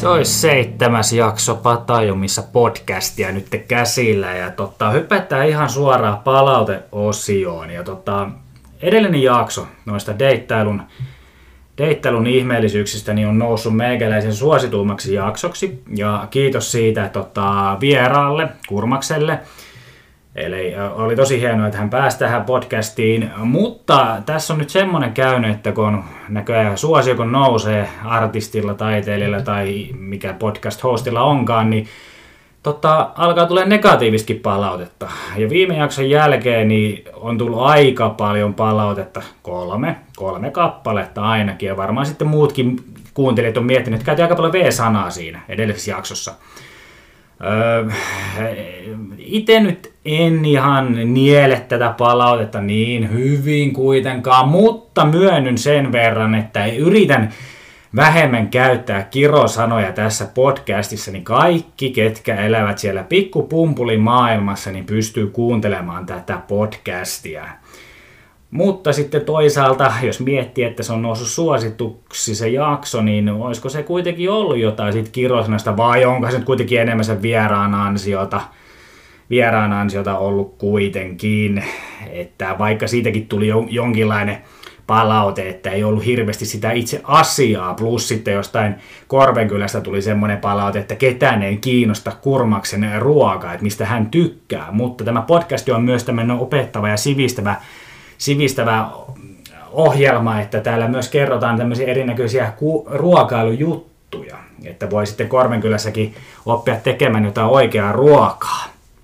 Se olisi 7. jakso Patajumissa podcastia nyt käsillä ja hypätään ihan suoraan palauteosioon. Ja edellinen jakso noista deittailun ihmeellisyyksistä niin on noussut meikäläisen suosituimmaksi jaksoksi. Ja kiitos siitä vieraalle, Kurmakselle. Eli oli tosi hienoa, että hän pääsi tähän podcastiin, mutta tässä on nyt semmoinen käynyt, että kun näköjään suosio kun nousee artistilla, taiteilijalla tai mikä podcast-hostilla onkaan, niin alkaa tulla negatiivistakin palautetta. Ja viime jakson jälkeen niin on tullut aika paljon palautetta, kolme kappaletta ainakin, ja varmaan sitten muutkin kuuntelijat on miettinyt, että käytiin aika paljon V-sanaa siinä edellisessä jaksossa. Itse nyt en ihan niele tätä palautetta niin hyvin kuitenkaan, mutta myönnyn sen verran, että yritän vähemmän käyttää kirosanoja tässä podcastissa, niin kaikki, ketkä elävät siellä pikkupumpulin maailmassa, niin pystyy kuuntelemaan tätä podcastia. Mutta sitten toisaalta, jos miettii, että se on noussut suosituksi se jakso, niin olisiko se kuitenkin ollut jotain siitä kirosanasta, vai onko se nyt kuitenkin enemmän sen vieraan ansiota ollut kuitenkin, että vaikka siitäkin tuli jonkinlainen palaute, että ei ollut hirveästi sitä itse asiaa, plus sitten jostain Korvenkylästä tuli semmoinen palaute, että ketään ei kiinnosta Kurmaksen ruoka, että mistä hän tykkää, mutta tämä podcast on myös tämmöinen opettava ja sivistävä ohjelma, että täällä myös kerrotaan tämmöisiä erinäköisiä ruokailujuttuja, että voi sitten Korvenkylässäkin oppia tekemään jotain oikeaa ruokaa.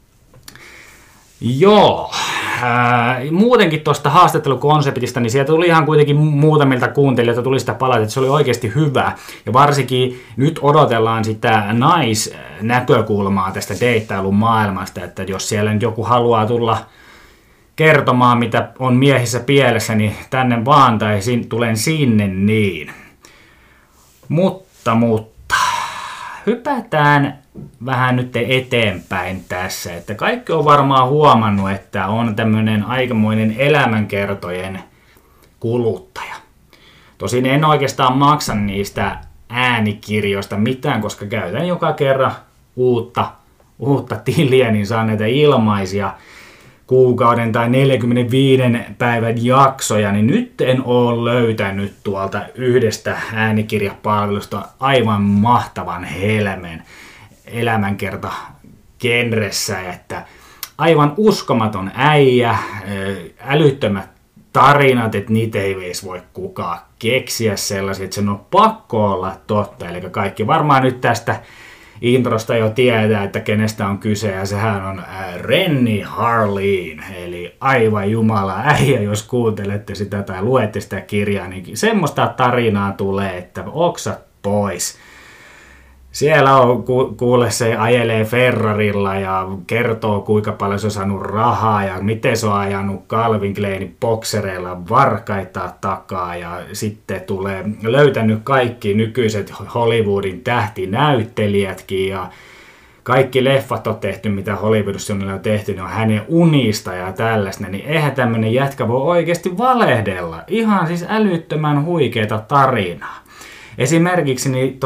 Joo, muutenkin tuosta haastattelukonseptista, niin sieltä tuli ihan kuitenkin muutamilta kuuntelijoilta tuli sitä palautetta, että se oli oikeasti hyvä. Ja varsinkin nyt odotellaan sitä naisnäkökulmaa tästä deittailun maailmasta, että jos siellä nyt joku haluaa tulla kertomaan, mitä on miehissä pielessä, niin tänne vaan tai tulen sinne niin. Mutta hypätään vähän nyt eteenpäin tässä, että kaikki on varmaan huomannut, että on tämmöinen aikamoinen elämänkertojen kuluttaja. Tosin en oikeastaan maksa niistä äänikirjoista mitään, koska käytän joka kerran uutta tiliä, niin saan näitä ilmaisia kuukauden tai 45 päivän jaksoja, niin nyt en ole löytänyt tuolta yhdestä äänikirjapalvelusta aivan mahtavan helmen elämänkerta genressä, että aivan uskomaton äijä, älyttömät tarinat, että niitä ei edes voi kukaan keksiä sellaisia, että sen on pakko olla totta, eli kaikki varmaan nyt tästä introsta jo tietää, että kenestä on kyse, ja sehän on Rennie Harlin, eli aivan jumala äijä, jos kuuntelette sitä tai luette sitä kirjaa, niin semmoista tarinaa tulee, että oksat pois. Siellä on, kuule, se ajelee Ferrarilla ja kertoo, kuinka paljon se on saanut rahaa ja miten se on ajanut Calvin Kleinin boksereilla varkaita takaa ja sitten tulee löytänyt kaikki nykyiset Hollywoodin tähtinäyttelijätkin ja kaikki leffat on tehty, mitä Hollywoodissa on tehty, ne on hänen unista ja tällaista, niin eihän tämmöinen jätkä voi oikeasti valehdella. Ihan siis älyttömän huikeeta tarinaa. Esimerkiksi niin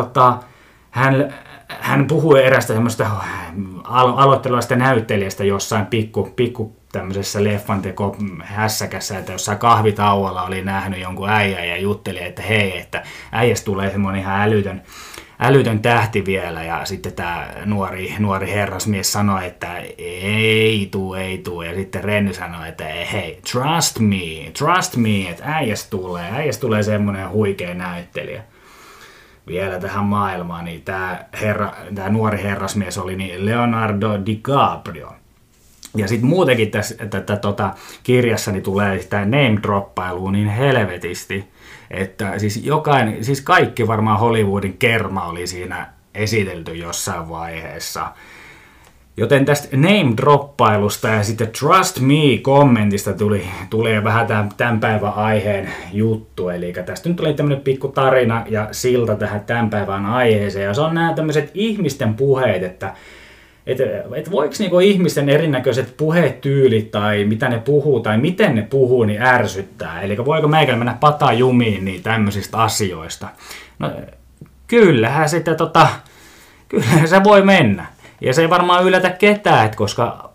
hän puhui erästä semmoista aloittelevasta näyttelijästä jossain pikku tämmöisessä leffanteko hässäkässä, että jossain kahvitauolla oli nähnyt jonkun äijän ja jutteli, että hei, että äijästä tulee semmoinen ihan älytön tähti vielä, ja sitten tämä nuori herrasmies sanoi, että ei tuu, ja sitten Renny sanoi, että hei, trust me, että äijästä tulee semmoinen huikea näyttelijä vielä tähän maailmaan, niin tämä nuori herrasmies oli niin Leonardo DiCaprio. Ja sitten muutenkin tässä kirjassani tulee tämä name-droppailu niin helvetisti, että siis kaikki varmaan Hollywoodin kerma oli siinä esitelty jossain vaiheessa. Joten tästä name-droppailusta ja sitten Trust Me-kommentista tulee vähän tämän päivän aiheen juttu. Eli tästä nyt tuli tämmöinen pikku tarina ja silta tähän tämän päivän aiheeseen. Ja se on nämä tämmöiset ihmisten puheet, että voiko niinku ihmisten erinäköiset puhetyylit tai mitä ne puhuu tai miten ne puhuu, niin ärsyttää. Eli voiko meikällä mennä patajumiin niin tämmöisistä asioista. No, kyllähän kyllähän se voi mennä. Ja se ei varmaan yllätä ketään, että koska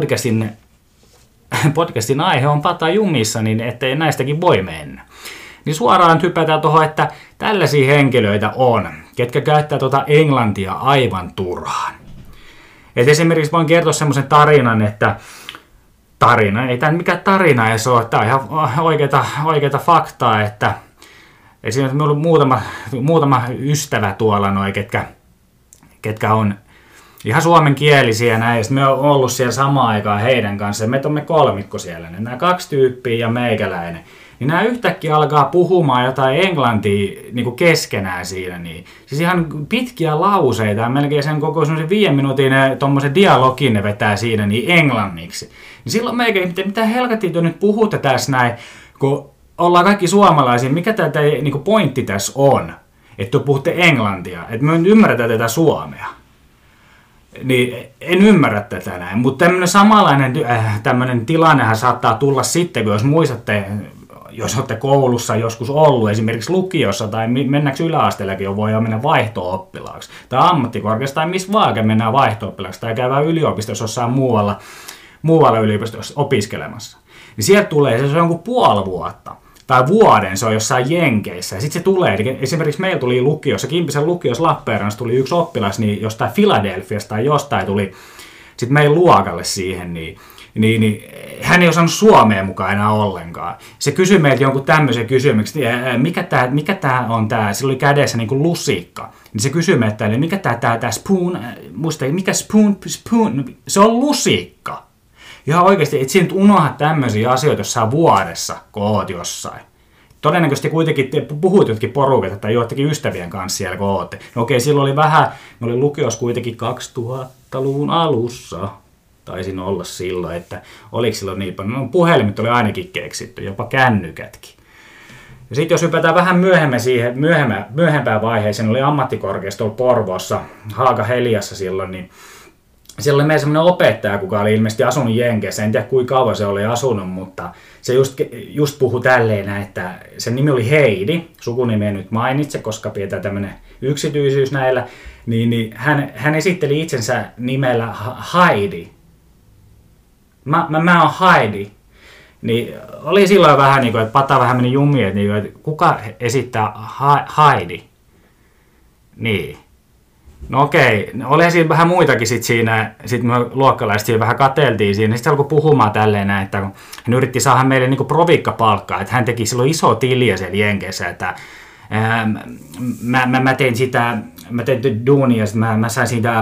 podcastin aihe on pata jumissa, niin ettei näistäkin voi mennä. Niin suoraan hypätään tuohon, että tällaisia henkilöitä on, ketkä käyttää englantia aivan turhaan. Et esimerkiksi voin kertoa semmoisen tarinan, että ei tämä mikään tarina edes ole, tämä on ihan oikeata faktaa, että esimerkiksi minulla on muutama ystävä tuolla, ketkä on ihan suomenkielisiä näin, ja sitten me on ollut siellä samaan aikaan heidän kanssa, meitä on me kolmikko siellä, nämä 2 tyyppiä ja meikäläinen. Niin nämä yhtäkkiä alkaa puhumaan jotain englantia niin kuin keskenään siinä. Niin. Siis ihan pitkiä lauseita, melkein sen koko 5 minuutin tommosen dialogin ne vetää siinä niin englanniksi. Niin silloin melkein, mitä helkattiin te nyt puhutte tässä näin, kun ollaan kaikki suomalaisia, mikä tämä niin pointti tässä on, että te puhutte englantia, että me ymmärretään tätä suomea. Niin en ymmärrä tätä näin, mutta tämmöinen samanlainen tämmöinen tilannehan saattaa tulla sitten, kun jos muistatte, jos olette koulussa joskus ollut, esimerkiksi lukiossa tai mennäänkö yläasteellakin jo voi mennä vaihto-oppilaaksi, tai ammattikorkeassa tai missä vaan mennään vaihto-oppilaaksi, tai käydään yliopistossa jossain muualla yliopistossa opiskelemassa. Niin sieltä tulee, se on jonkun puoli vuotta, tai vuoden, se on jossain Jenkeissä, ja sitten se tulee, esimerkiksi meillä tuli lukiossa, Kimpisen lukiossa Lappeenrannassa tuli yksi oppilas, niin jostain Filadelfiasta tai jostain tuli sitten meidän luokalle siihen, niin hän ei osannut suomea mukaan enää ollenkaan. Se kysyi meiltä jonkun tämmöisen kysymyksen, mikä tää on tää, sillä oli kädessä niin kuin lusikka. Niin se kysyi meiltä, eli mikä tää spoon, muista, mikä spoon, se on lusikka. Ihan oikeasti, et siinä unohda tämmöisiä asioita jossain vuodessa, kun oot jossain. Todennäköisesti kuitenkin te puhuit jotkin porukat tai joitakin ystävien kanssa siellä, kun ootte. No okei, silloin oli vähän, me oli lukiossa kuitenkin 2000-luvun alussa. Taisin olla silloin, että oliko silloin niin paljon. No, puhelimet oli ainakin keksitty, jopa kännykätkin. Ja sitten jos hypätään vähän myöhempään vaiheeseen, oli ammattikorkeakoulu Porvoossa, Haaga Heliassa silloin, niin siellä oli meidän semmoinen opettaja, kuka oli ilmeisesti asunut Jenkeissä. En tiedä kuinka kauan se oli asunut, mutta se just puhui tälleen, että sen nimi oli Heidi. Sukunimi en nyt mainitse, koska pidetään tämmöinen yksityisyys näillä. Niin hän esitteli itsensä nimellä Heidi. Mä oon Heidi. Niin oli silloin vähän niin kuin, että pata vähän meni jumiin, että kuka esittää Heidi? Niin. No okei, oli siinä vähän muitakin siinä me luokkalaiset siinä vähän katseltiin siinä, sitten alkoi puhumaan tälleen näin, että hän yritti saada meille niinku proviikkapalkkaa, että hän teki silloin iso tiliä siellä Jenkeissä, että mä tein duunia, mä sain siitä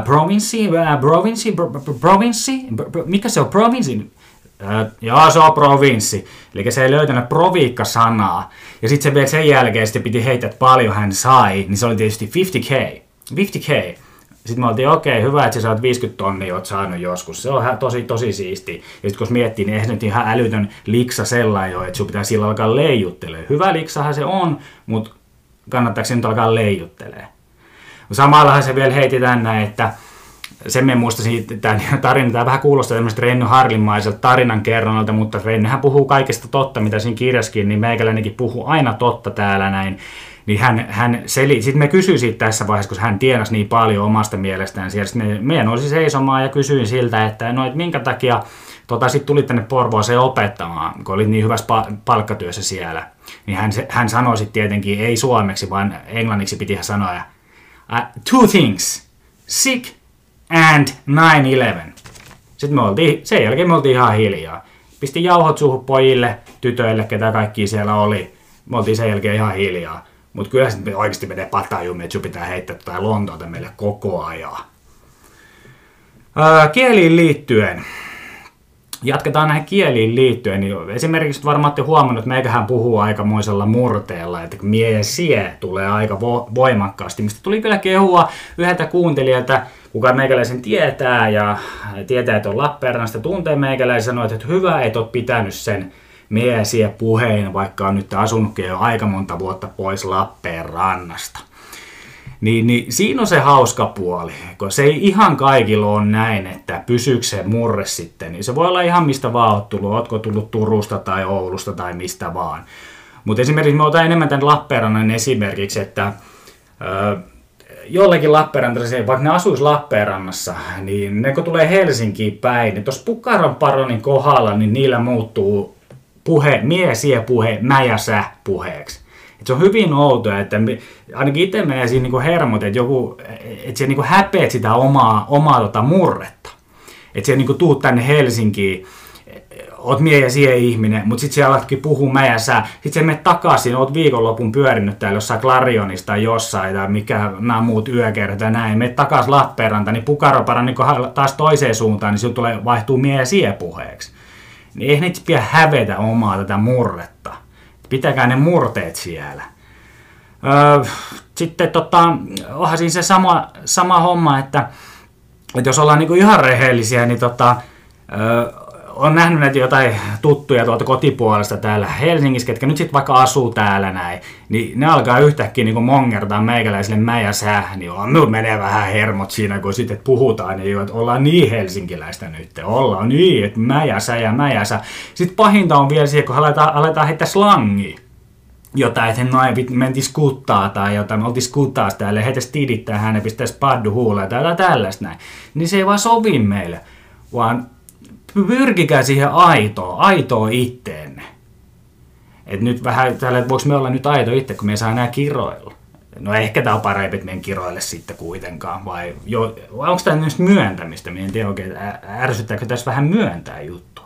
provinssi, mikä se on provinssi? Joo, se on provinssi. Eli se ei löytänyt proviikka-sanaa. Ja sitten se vielä sen jälkeen sitten piti heittää, että paljon hän sai, niin se oli tietysti 50k. Sitten me oltiin, okei, hyvä, että sä saat 50 tonnia, oot saanut joskus. Se on tosi siistiä. Ja sitten kun miettii, niin eihän se nyt ihan älytön liksa sellainen jo, että sun pitää sillä alkaa leijuttelemaan. Hyvä liksahan se on, mutta kannattaako se nyt alkaa leijuttelemaan? Samallahan se vielä heiti tänne, että sen me muista siitä, tämä tarina, tämä vähän kuulostaa tämmöistä Renny Harlinmaiselta tarinankerronnalta, mutta Rennyhän puhuu kaikesta totta, mitä siinä kirjaskin, niin meikäläinenkin puhuu aina totta täällä näin. Niin sitten me kysyin siitä tässä vaiheessa, kun hän tienasi niin paljon omasta mielestään siellä. Sitten me nousin seisomaan ja kysyin siltä, että minkä takia sitten tulit tänne Porvooseen opettamaan, kun olit niin hyvässä palkkatyössä siellä. Niin hän sanoi sitten tietenkin, ei suomeksi, vaan englanniksi piti sanoa, two things, sick and 9/11. Sitten sen jälkeen me oltiin ihan hiljaa. Pistin jauhot suuhun pojille, tytöille, ketä kaikki siellä oli. Me oltiin sen jälkeen ihan hiljaa. Mutta kyllä sitten oikeasti menee patajumiin, että sun pitää heittää jotain Lontoota meille koko ajan. Kieliin liittyen. Jatketaan näihin kieliin liittyen. Niin esimerkiksi varmaan olette huomannut, että meikähän puhuu aikamoisella murteella, että miesiä tulee aika voimakkaasti. Mistä tuli kyllä kehua yhdeltä kuuntelijalta, kuka meikäläisen tietää ja tietää, että on Lappeenrannasta, tuntee meikäläisen, sanoi, että hyvä, et ole pitänyt sen miesiä puheen, vaikka on nyt asunutkin jo aika monta vuotta pois Lappeenrannasta. Niin siinä on se hauska puoli, kun se ei ihan kaikilla ole näin, että pysyykö se murre sitten. Niin se voi olla ihan mistä vaan oot tullut, ootko tullut Turusta tai Oulusta tai mistä vaan. Mutta esimerkiksi me otan enemmän tämän Lappeenrannan esimerkiksi, että jollakin Lappeenrantalaisilla, vaikka ne asuisi Lappeenrannassa, niin ne kun tulee Helsinkiin päin, niin tuossa Pukaron paronin kohdalla, niin niillä muuttuu miesiä puhe, mä ja sä puheeksi. Et se on hyvin outoa, että ainakin itse menee siinä niinku hermot, että sä niinku häpeät sitä omaa murretta. Että sä niinku tuut tänne Helsinkiin, oot mie ja sie ihminen, mutta sit sä alatkin puhua mä ja sä. Sit sä menet takaisin, oot viikonlopun pyörinyt täällä jossain Clarionissa tai jossain, tai mikä nämä muut yökerrat ja näin. Menet takaisin Lappeenranta, niin Pukaroparan niin taas toiseen suuntaan, niin sinulla vaihtuu mie ja sie puheeksi. Niin ei niitä pidä hävetä omaa tätä murretta. Pitäkää ne murteet siellä. Sitten onhan siinä se sama homma, että jos ollaan niinku ihan rehellisiä, niin on nähnyt näitä jotain tuttuja tuolta kotipuolesta täällä Helsingissä, ketkä nyt sitten vaikka asuu täällä näin, niin ne alkaa yhtäkkiä niinku mongertaa meikäläisille mä ja sä, niin minulla menee vähän hermot siinä, kun sitten puhutaan, niin että ollaan niin helsinkiläistä nyt, ollaan niin, että mä ja sä ja mä ja sä. Sitten pahinta on vielä siihen, kun aletaan heittää slangia. Jotain, että mentiin skuttaa tai jotain, me oltiin skuttaas täällä ja heitäisi tidittää hän ja pistäisi paddu huuleen tai jotain tällaista näin. Niin se ei vaan sovi meille, vaan pyrkikää siihen aitoa itteenne. Et nyt vähän tällä, että voiko me olla nyt aito itse, kun me ei saa enää kiroilla. No ehkä tää on parempi, että me en kiroille sitten kuitenkaan, vai onko tämä nyt myöntämistä? Me en tiedä oikein, ärsyttääkö tässä vähän myöntää juttua.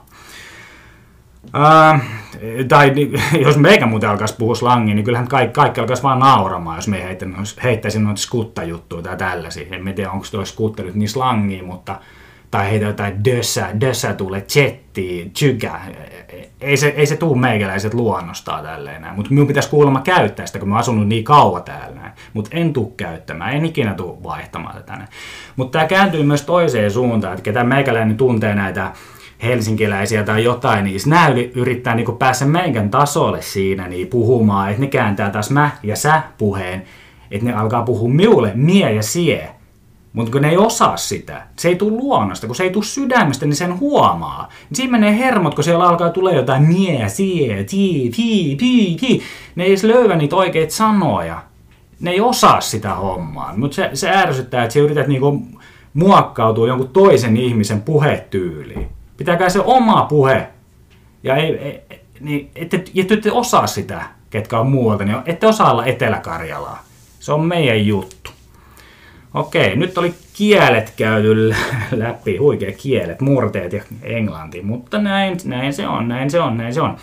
Tai jos meikä muuten alkaisi puhua slangia, niin kyllähän kaikki alkaisi vaan nauramaan, jos me heittäisin noita skuttajuttuja tai tällaisia. En tiedä, onko tuo skutta nyt niin slangia, mutta tai heitä jotain dössä tulee, chettiä, tsykä. Ei se tuu meikäläiset luonnostaan tälleen näin. Mutta minun pitäisi kuulemma käyttää sitä, kun mä oon asunut niin kauan täällä näin. Mutta en tuu käyttämään, en ikinä tuu vaihtamaan tätä näin. Mutta tämä kääntyy myös toiseen suuntaan, että ketä meikäläinen tuntee näitä helsinkiläisiä tai jotain, niin nämä yrittää niinku päästä meikän tasolle siinä niin puhumaan, että ne kääntää taas mä ja sä puheen, että ne alkaa puhua miulle, mie ja sie. Mutta kun ne ei osaa sitä, se ei tule luonnosta, kun se ei tule sydämestä, niin sen huomaa. Siinä menee hermot, kun siellä alkaa tulla jotain mie, sie, ti. Ne ei edes löydä niitä oikeita sanoja. Ne ei osaa sitä hommaa, mutta se ärsyttää, että sä yrität niinku muokkautua jonkun toisen ihmisen puhetyyliin. Pitäkää se oma puhe. Ja ette osaa sitä, ketkä on muualta, niin ette osaa olla Etelä-Karjalaa. Se on meidän juttu. Okei, nyt oli kielet käyty läpi, huikea kielet, murteet ja englanti, mutta näin se on.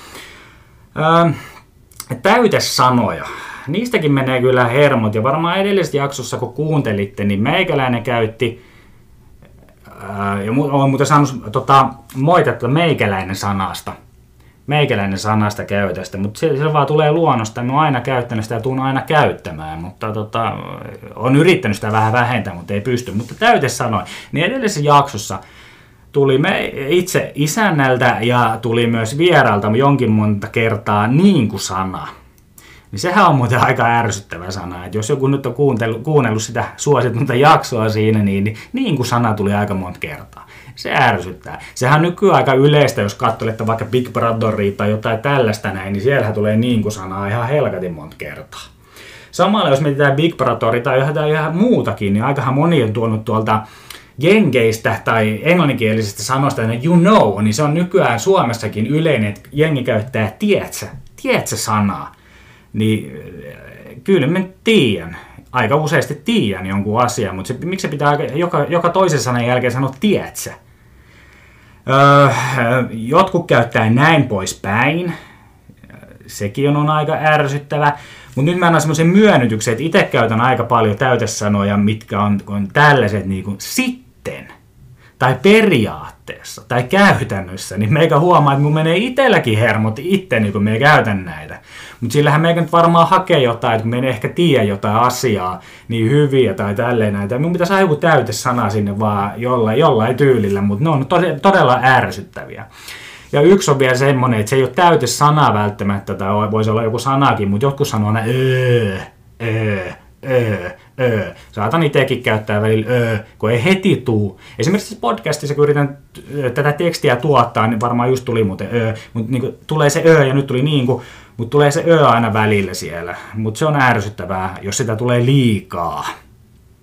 Täytesanoja. Niistäkin menee kyllä hermot, ja varmaan edellisessä jaksossa, kun kuuntelitte, niin meikäläinen käytti, ja olen muuten saanut moitetta meikäläinen sanasta käytöstä, mutta se vaan tulee luonnosta, en ole aina käyttänyt sitä ja tuun aina käyttämään, mutta olen yrittänyt sitä vähän vähentää, mutta ei pysty. Mutta täytesanoja, niin edellisessä jaksossa tuli itse isännältä ja tuli myös vieraalta jonkin monta kertaa niin-kuin-sana. Niin sehän on muuten aika ärsyttävä sana, että jos joku nyt on kuunnellut sitä suositunta jaksoa siinä, niin-kuin-sana tuli aika monta kertaa. Se ärsyttää. Sehän on nykyään aika yleistä, jos katselette vaikka Big Brotheria tai jotain tällaista näin, niin siellähän tulee niin-kuin-sanaa ihan helkatin monta kertaa. Samalla jos mietitään Big Brotheria tai jotain ihan muutakin, niin aikahan moni on tuonut tuolta jengeistä tai englanninkielisistä sanoista, you know, niin se on nykyään Suomessakin yleinen, että jengi käyttää tietsä sanaa. Niin kyllä mä tiedän, aika useasti tiedän jonkun asian, mutta miksi se pitää joka toisen sanan jälkeen sanoa tietsä? Jotkut käyttää näin poispäin, sekin on aika ärsyttävä, mutta nyt mä annan semmoisen myönnytyksen, että itse käytän aika paljon täytesanoja, mitkä on tällaiset niin kuin sitten, tai periaatteessa, tai käytännössä, niin meikä huomaa, että mun menee itselläkin hermot itteni, kun me käytän näitä. Mutta sillähän meikä nyt varmaan hakee jotain, että kun me en ehkä tiedä jotain asiaa niin hyviä tai tälleen näitä. Mun pitäisi saada joku täytesana sinne vaan jollain tyylillä, mutta ne on todella ärsyttäviä. Ja yksi on vielä semmoinen, että se ei ole täytesana välttämättä, tai voisi olla joku sanakin, mutta jotkut sanoo aina Saatan itsekin käyttää välillä kun ei heti tuu. Esimerkiksi podcastissa, kun yritän tätä tekstiä tuottaa, niin varmaan just tuli muuten mutta niin tulee se ja nyt tuli niin kuin, mutta tulee se aina välillä siellä. Mutta se on ärsyttävää, jos sitä tulee liikaa.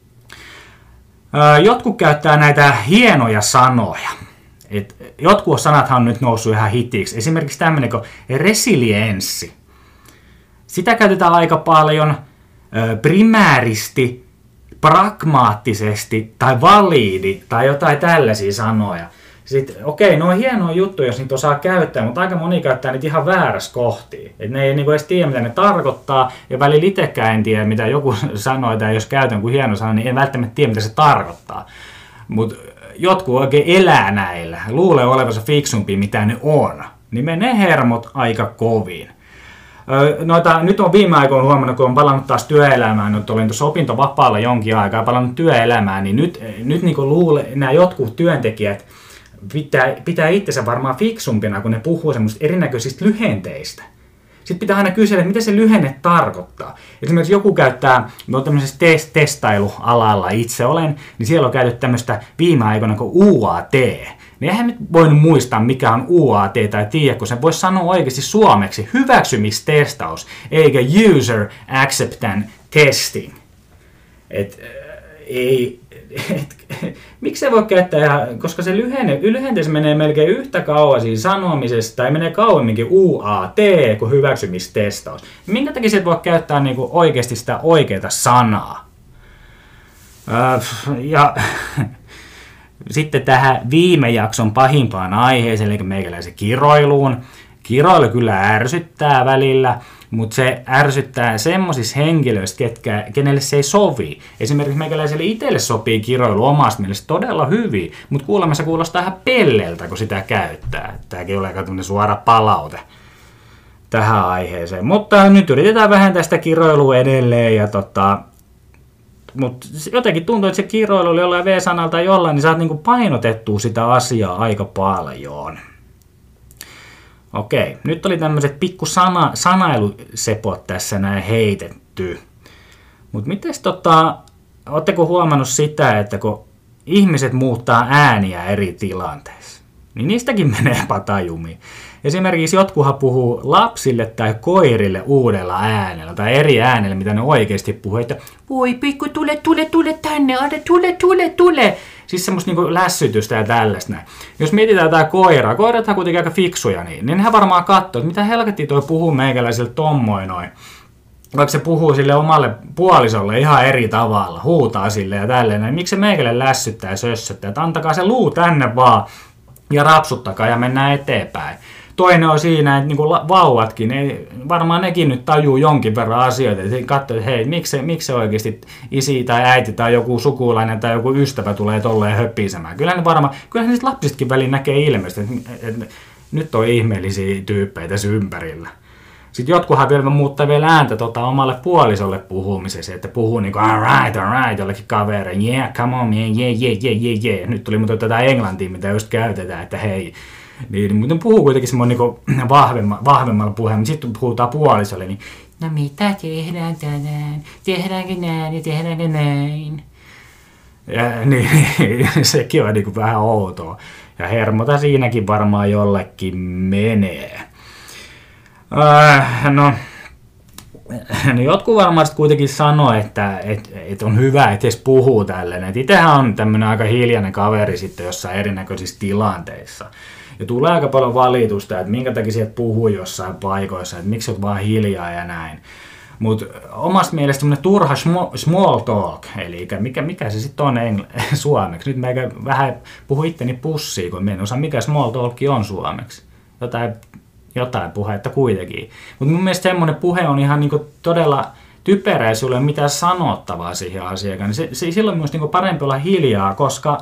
Jotkut käyttää näitä hienoja sanoja. Jotkut sanathan on nyt noussut ihan hitiksi. Esimerkiksi tämmöinen kuin resilienssi. Sitä käytetään aika paljon primääristi, pragmaattisesti tai validi tai jotain tällaisia sanoja. Sitten, okei, ne on hienoja juttuja, jos niitä osaa käyttää, mutta aika moni käyttää niitä ihan väärässä kohtiin. Et ne ei niinku edes tiedä, mitä ne tarkoittaa, ja välillä itsekään en tiedä, mitä joku sanoo, tai jos käytän kuin hieno sana, niin en välttämättä tiedä, mitä se tarkoittaa. Mutta jotkut oikein elää näillä, luulee olevansa fiksumpi, mitä ne on, niin menee hermot aika kovin. Nyt on viime aikoina huomannut, kun on palannut taas työelämään, että olin tuossa opintovapaalla jonkin aikaa ja palannut työelämään, niin nyt niin nämä jotkut työntekijät pitää itsensä varmaan fiksumpina, kun ne puhuu semmoista erinäköisistä lyhenteistä. Sitten pitää aina kysellä, mitä se lyhenne tarkoittaa. Esimerkiksi joku käyttää, tämmöisessä testailualalla itse olen, niin siellä on käytetty tämmöistä viime aikoina kuin UAT. Niin eihän nyt voinut muistaa, mikä on UAT tai tiedä, kun sen voisi sanoa oikeasti suomeksi hyväksymistestaus, eikä user acceptance testing. Miksi se voi käyttää, koska se lyhenteessä menee melkein yhtä kauan siinä sanomisesta, tai menee kauemminkin UAT kuin hyväksymistestaus. Minkä takia se voi käyttää niinku oikeasti sitä oikeaa sanaa? Ja sitten tähän viime jakson pahimpaan aiheeseen, eli meikäläisen kiroiluun. Kiroilu kyllä ärsyttää välillä, mutta se ärsyttää semmoisissa henkilöissä, kenelle se ei sovi. Esimerkiksi meikäläiselle itselle sopii kiroilu omasta mielestä todella hyvin, mutta kuulemassa kuulostaa ihan pelleltä, kun sitä käyttää. Tämäkin on aika tämmöinen suora palaute tähän aiheeseen. Mutta nyt yritetään vähentää sitä kiroilua edelleen. Mutta jotenkin tuntuu, että se kiroilu oli jollain V-sanalta tai jollain, niin saat niinku painotettua sitä asiaa aika paljon. Okei, nyt oli tämmöiset pikku sanailusepot tässä näin heitetty. Mutta mites ootteko huomannut sitä, että kun ihmiset muuttaa ääniä eri tilanteissa, niin niistäkin menee patajumiin. Esimerkiksi jotkuhan puhuu lapsille tai koirille uudella äänellä tai eri äänellä, mitä ne oikeasti puhuu, että voi pikku, tule tänne, tule. Siis semmoista niinku lässytystä ja tällaista näin. Jos mietitään jotain koiraa, koirathan kuitenkin aika fiksuja, niin nehän varmaan katsoo, että mitä helkattia toi puhuu meikäläiselle tommoin noin. Vaikka se puhuu sille omalle puolisolle ihan eri tavalla, huutaa sille ja tälleen, niin miksi se meikälle lässyttää ja sössöttää, että antakaa se luu tänne vaan ja rapsuttakaa ja mennään eteenpäin. Toinen on siinä, että niinku vauvatkin, varmaan nekin nyt tajuu jonkin verran asioita, että katsoo, että hei, miksi oikeasti isi tai äiti tai joku sukulainen tai joku ystävä tulee tolleen höppisemään. Kyllähän niistä lapsistakin väliin näkee ilmeisesti, että nyt on ihmeellisiä tyyppejä tässä ympärillä. Sitten jotkuhan vielä muuttaa vielä ääntä omalle puolisolle puhumisessa, että puhuu niinku alright, jollekin kavereille, yeah, come on man, yeah. Nyt tuli muuten tätä englantia, mitä just käytetään, että hei. Niin, mutta puhuu kuitenkin semmoinen niin vahvemmalla puheella, mutta sitten puhutaan puolisolle, niin no mitä tehdään tänään? Tehdäänkö näin ja tehdäänkö näin? Ja, niin, sekin on niin vähän outoa. Ja hermota siinäkin varmaan jollekin menee. No jotkut varmasti kuitenkin sanoo, että on hyvä, että edes puhuu tällainen. Itsehän on tämmöinen aika hiljainen kaveri sitten jossain erinäköisissä tilanteissa. Ja tulee aika paljon valitusta, että minkä takia sieltä puhuu jossain paikoissa, että miksi olet vaan hiljaa ja näin. Mutta omasta mielestä semmoinen turha small talk, eli mikä se sitten on suomeksi. Nyt mä vähän puhun itteni pussiin, kun en osaa mikä small talk on suomeksi. Jotain puhetta kuitenkin. Mutta mun mielestä semmoinen puhe on ihan niinku todella typerä ja sulla ei ole mitään sanottavaa siihen asiaan. Niin se silloin myös niinku parempi olla hiljaa, koska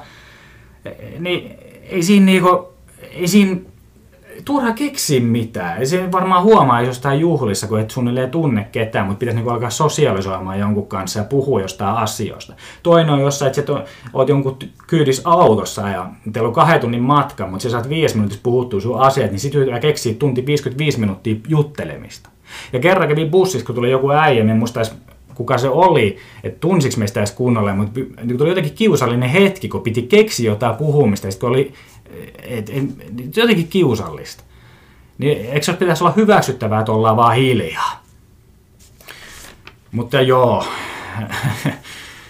ei siinä turha keksiä mitään. Ei se varmaan huomaa jostain juhlissa, kun et suunnilleen tunne ketään, mutta pitäisi niinku alkaa sosiaalisoimaan jonkun kanssa ja puhua jostain asioista. Toinen on jossain, että oot jonkun kyydissä autossa ja teillä on 2 tunnin matka, mutta sä saat 5 minuutissa puhuttua sun asiat, niin sitten yritetään keksiä tunti 55 minuuttia juttelemista. Ja kerran kävin bussissa, kun tuli joku äijä, en muista edes kuka se oli, että tunsiks meistä edes kunnolla, mutta tuli jotenkin kiusallinen hetki, kun piti keksiä jotain puhumista, ja sitten oli jotenkin kiusallista. Niin eikö se pitäisi olla hyväksyttävää, että ollaan vaan hiljaa? Mutta joo.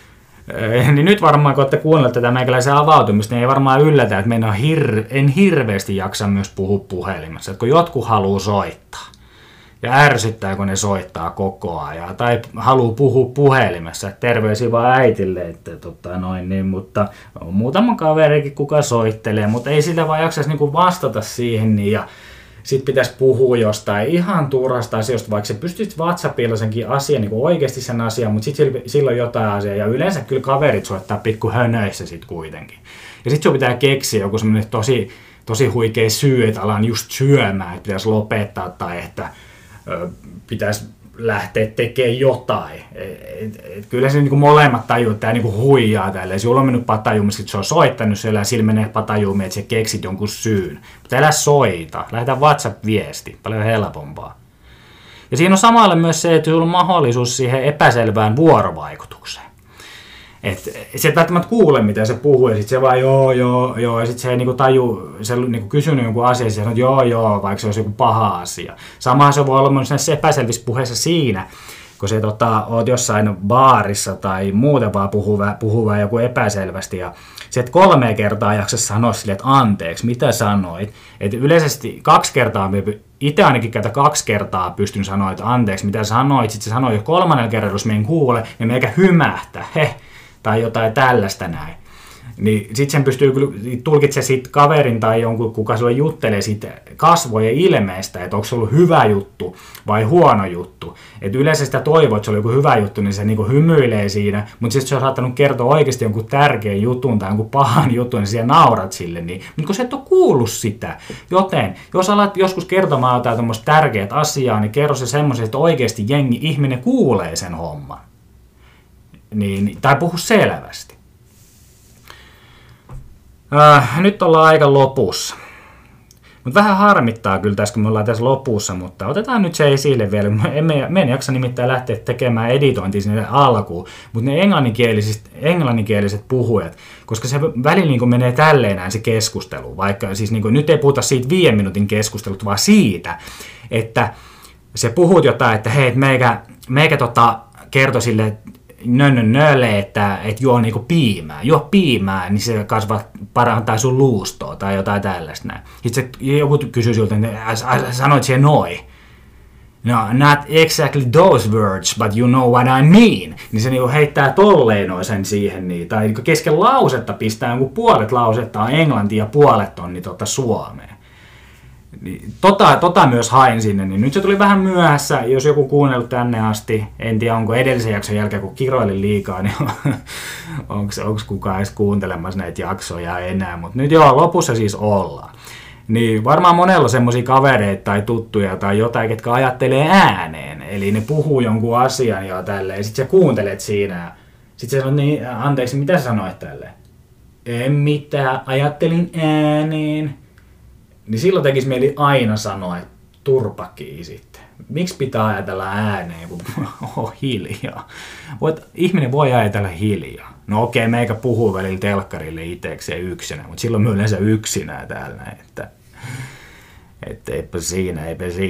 Niin nyt varmaan, kun olette kuunnelleet tätä meikäläisen avautumista, niin ei varmaan yllätä, että en hirveästi jaksa myös puhua puhelimessa. Että kun jotkut haluaa soittaa ja ärsyttää, kun ne soittaa koko ajan, tai haluaa puhua puhelimessa, että terveisiä vaan äitille, että mutta on muutama kaverikin, kuka soittelee, mutta ei sillä vaan jaksaisi niinku vastata siihen, niin ja sitten pitäisi puhua jostain ihan turhasta asioista, vaikka se pystyisi WhatsAppilla senkin asian, niin oikeasti sen asian, mutta sitten silloin jotain asiaa, ja yleensä kyllä kaverit soittaa pikku hönöissä sitten kuitenkin. Ja sitten sun pitää keksiä joku semmoinen tosi huikea syy, että alan just syömään, että pitäisi lopettaa, tai että pitäisi lähteä tekemään jotain. Kyllä se niinku molemmat tajuu, että tämä niinku huijaa tälleen. Sulla on mennyt patajuumissa, että se on soittanut siellä ja sillä menee patajuumiin, että sä keksit jonkun syyn. Mutta älä soita. Lähetä WhatsApp-viesti. Paljon helpompaa. Ja siinä on samalla myös se, että sulla on mahdollisuus siihen epäselvään vuorovaikutukseen. Että se et välttämättä kuule, mitä se puhuu, ja sitten se vaan joo, ja sitten se ei niinku taju, se niinku kysynyt jonkun asian, ja se sanoo joo, vaikka se olisi joku paha asia. Samahan se voi olla myös näissä epäselvissä puheissa siinä, kun se oot jossain baarissa tai muuten vaan puhuva joku epäselvästi, ja se et 3 kertaa jaksa sanoa sille, että anteeksi, mitä sanoit. Että yleisesti 2 kertaa, itse ainakin 2 kertaa pystyn sanoa, että anteeksi, mitä sanoit, sitten se sanoi jo 3. kerran, jos me en kuule, niin meikä hymähtää, tai jotain tällaista näin. Niin sitten sen pystyy kyllä tulkitsemaan siitä kaverin tai jonkun, kuka sulle juttelee siitä kasvojen ilmeestä, että onko se ollut hyvä juttu vai huono juttu. Et yleensä sitä toivoo, että se oli joku hyvä juttu, niin se niinku hymyilee siinä, mutta sitten se on saattanut kertoa oikeasti jonkun tärkeän jutun tai jonkun pahan jutun, niin siellä naurat sille. Niin. Mutta kun sä et ole kuullut sitä, joten jos alat joskus kertomaan jotain tämmöistä tärkeät asiaa, niin kerro se semmoisen, että oikeasti ihminen kuulee sen homman. Tai puhu selvästi. Nyt ollaan aika lopussa. Mutta vähän harmittaa kyllä tässä, kun me ollaan tässä lopussa, mutta otetaan nyt se esille vielä. Me en jaksa nimittäin lähteä tekemään editointia sinne alkuun, mutta ne englanninkieliset puhujat, koska se välillä niin menee tälleen näin se keskustelu, vaikka siis niin nyt ei puhuta siitä 5 minuutin keskustelut, vaan siitä, että puhut jotain, että hei, meikä kertoi sille, että juo niinku piimää, niin se parantaa sun luustoa tai jotain tällaista näin. Sitten joku kysyy siltä, että sanoit siihen noin. No, not exactly those words, but you know what I mean. Niin se niinku heittää tolleen sen siihen, niin, tai niinku kesken lausetta pistää joku puolet lausetta on englantia ja puolet on niin suomea. Niin, myös hain sinne, niin nyt se tuli vähän myöhässä, jos joku kuunnellut tänne asti, en tiedä onko edellisen jakson jälkeen, kun kiroilin liikaa, niin onko kukaan edes kuuntelemassa näitä jaksoja enää, mutta nyt joo, lopussa siis ollaan. Niin varmaan monella on semmosia kavereita tai tuttuja tai jotain, ketkä ajattelee ääneen, eli ne puhuu jonkun asian ja tälleen, ja sit sä kuuntelet siinä, sit sä sanot, niin anteeksi, mitä sä sanoit tälleen? En mitään, ajattelin ääneen. Niin silloin tekisi mieli aina sanoa, että turpakii sitten. Miksi pitää ajatella ääneen, kun on hiljaa? Ihminen voi ajatella hiljaa. No okei, meikä puhuu välillä telkkarille itsekseen yksinä, mutta silloin me yleensä yksinään täällä. Että eipä siinä.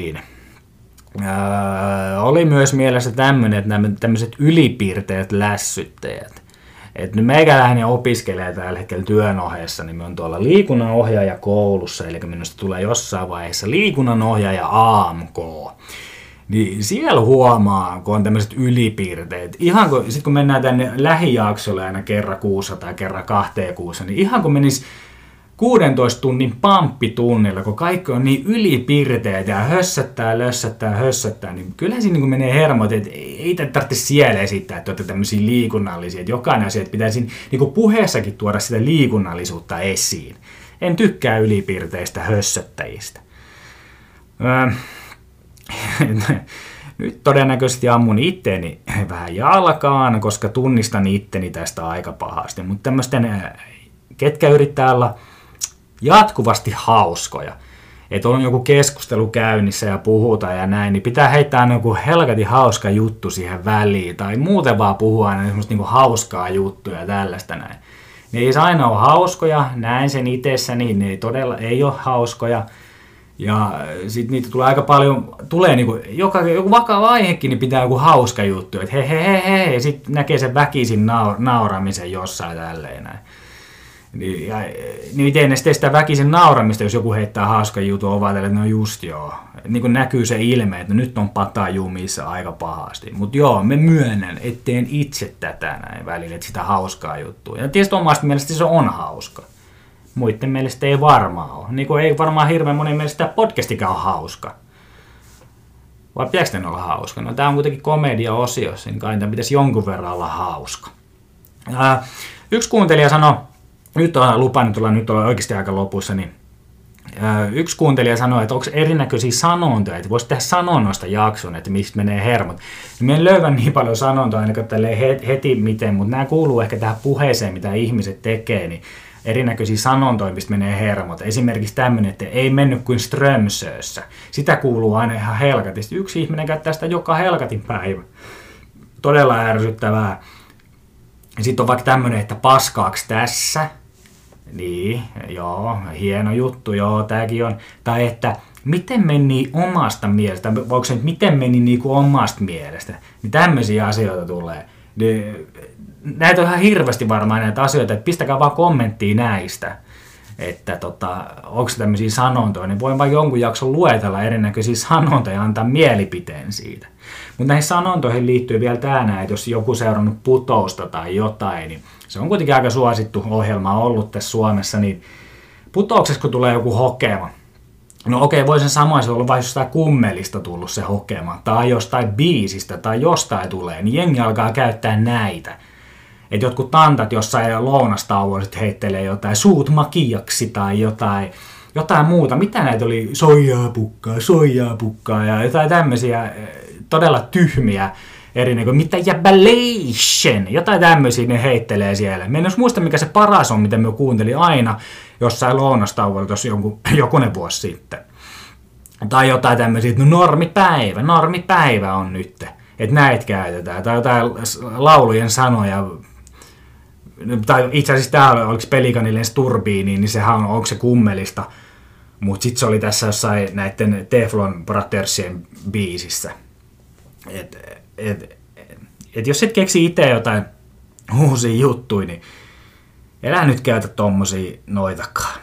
Oli myös mielessä tämmöinen, että nämä tämmöiset ylipiirteet lässyttäjät. Että nyt meikäläinen opiskelee tällä hetkellä työn ohessa, niin me on tuolla liikunnanohjaaja koulussa, eli minusta tulee jossain vaiheessa liikunnanohjaaja AMK. Niin siellä huomaa, kun on tämmöiset ylipiirteet, ihan kun, sit kun mennään tänne lähijaksolle aina kerran kuussa tai kerran 2 kuussa, niin ihan kun menisi 16 tunnin pamppitunnilla, kun kaikki on niin ylipiirteet ja hössöttää, niin kyllähän siinä niin menee hermot, että ei tarvitse siellä esittää, että olette tämmöisiä liikunnallisia, että jokainen asia, että pitäisi niin puheessakin tuoda sitä liikunnallisuutta esiin. En tykkää ylipiirteistä hössöttäjistä. Nyt todennäköisesti ammun itteni vähän jalkaan, koska tunnistan itteni tästä aika pahasti, mutta tämmöisten, ketkä yrittää olla jatkuvasti hauskoja, että on joku keskustelu käynnissä ja puhutaan ja näin, niin pitää heittää aina joku helkatin hauska juttu siihen väliin, tai muuten vaan puhua aina semmoista niinku hauskaa juttuja ja tällaista näin. Ne ei aina ole hauskoja, näin sen itsessäni, ne ei todella ei ole hauskoja, Ja sitten niitä tulee aika paljon, tulee niinku, joku vakava aihekin, niin pitää joku hauska juttu, että he, ja sitten näkee sen väkisin nauramisen jossain tälleen näin. Niin miten ne sitten sitä väkisin nauramista, jos joku heittää hauska jutun ovatelle, että no just joo. Niin kuin näkyy se ilme, että nyt on pata jumissa aika pahasti. Mutta joo, me myönnän, etteen itse tätä näin välillä, että sitä hauskaa juttua. Ja tietysti omasta mielestä se on hauska. Muiden mielestä ei varmaan ole. Niin kuin ei varmaan hirveän monen mielestä tämä podcastikaan ole hauska. Vai pitääkö tämän olla hauska? No tämä on kuitenkin komedia-osiossa, niin kai tämä pitäisi jonkun verran olla hauska. Yksi kuuntelija sanoi, nyt on lupannut tulla, nyt ollaan oikeasti aika lopussa, niin yksi kuuntelija sanoi, että onko erinäköisiä sanontoja, että voisi tehdä sanonnoista jakson, että mistä menee hermot. Mä en löydä niin paljon sanontoja ainakaan heti miten, mutta nämä kuuluu ehkä tähän puheeseen, mitä ihmiset tekee, niin erinäköisiä sanontoja, mistä menee hermot. Esimerkiksi tämmöinen, että ei mennyt kuin Strömsössä. Sitä kuuluu aina ihan helkatisti. Yksi ihminen käyttää sitä joka helkatin päivä. Todella ärsyttävää. Sitten on vaikka tämmöinen, että paskaaks tässä. Niin, joo, hieno juttu, joo, tääkin on. Tai että miten meni omasta mielestä, voiko se, miten meni niinku omasta mielestä. Niin tämmöisiä asioita tulee. Näitä on ihan hirveästi varmaan näitä asioita, että pistäkää vaan kommenttia näistä, että onko tämmöisiä sanontoja, niin voin vaan jonkun jakson luetella erinäköisiä sanontoja ja antaa mielipiteen siitä. Mutta näihin sanontoihin liittyy vielä tämä, että jos joku seurannut Putousta tai jotain, niin se on kuitenkin aika suosittu ohjelma ollut tässä Suomessa, niin Putouksessa kun tulee joku hokema, no okei, voi sen samoin se olla vain jostain kummelista tullut se hokema, tai jostain biisistä, tai jostain tulee, niin jengi alkaa käyttää näitä. Että jotkut tantat jossain lounastauolla sitten heittelee jotain suut makiaksi tai jotain muuta. Mitä näitä oli? Soijaa pukkaa ja jotain tämmöisiä todella tyhmiä erinäköisiä. Mitä jäbälation? Jotain tämmöisiä ne heittelee siellä. Mä en jos muista mikä se paras on, mitä mä kuuntelin aina jossain lounastauolla tuossa jokunen vuosi sitten. Tai jotain tämmöisiä, että no normipäivä on nyt. Että näitä käytetään. Tai jotain laulujen sanoja. Tai itse asiassa täällä oliko Pelikanille Turbiini, niin sehän onko se kummelista. Mutta sitten se oli tässä jossain näiden Teflon Brothersien biisissä. Et jos et keksi itse jotain uusia juttuja, niin elää nyt käytä tommosia noitakaan.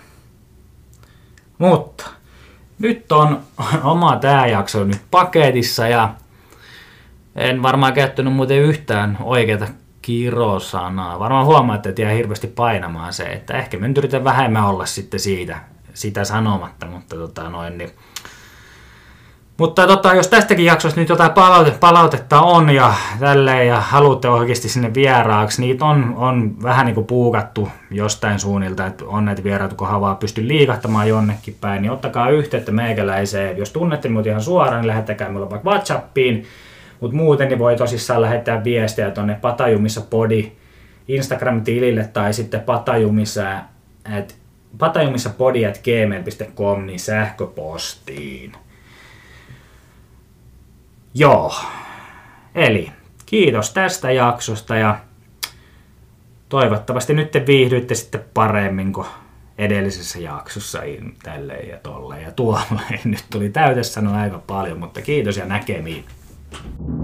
Mutta nyt on oma tää jakso nyt paketissa ja en varmaan käyttänyt muuten yhtään oikeata kirosanaa. Varmaan huomaatte, että jää hirveästi painamaan se, että ehkä mä nyt yritän vähemmän olla sitten sitä sanomatta, mutta niin. Mutta jos tästäkin jaksosta nyt jotain palautetta on ja tälleen ja haluatte oikeasti sinne vieraaksi, niitä on vähän niin kuin puukattu jostain suunnilta, että on näitä vieraita, kunhan vaan pystyy liikahtamaan jonnekin päin, niin ottakaa yhteyttä meikäläiseen. Jos tunnette minut ihan suoraan, niin lähettäkää minulle vaikka WhatsAppiin, mutta muuten niin voi tosissaan lähettää viestejä tuonne Patajumissa Podi Instagram-tilille tai sitten patajumissapodi@gmail.com niin sähköpostiin. Joo, eli kiitos tästä jaksosta ja toivottavasti nyt te viihdyitte sitten paremmin kuin edellisessä jaksossa tälleen ja tolleen ja tuolleen. Nyt tuli täytesanoa aika paljon, mutta kiitos ja näkemiin.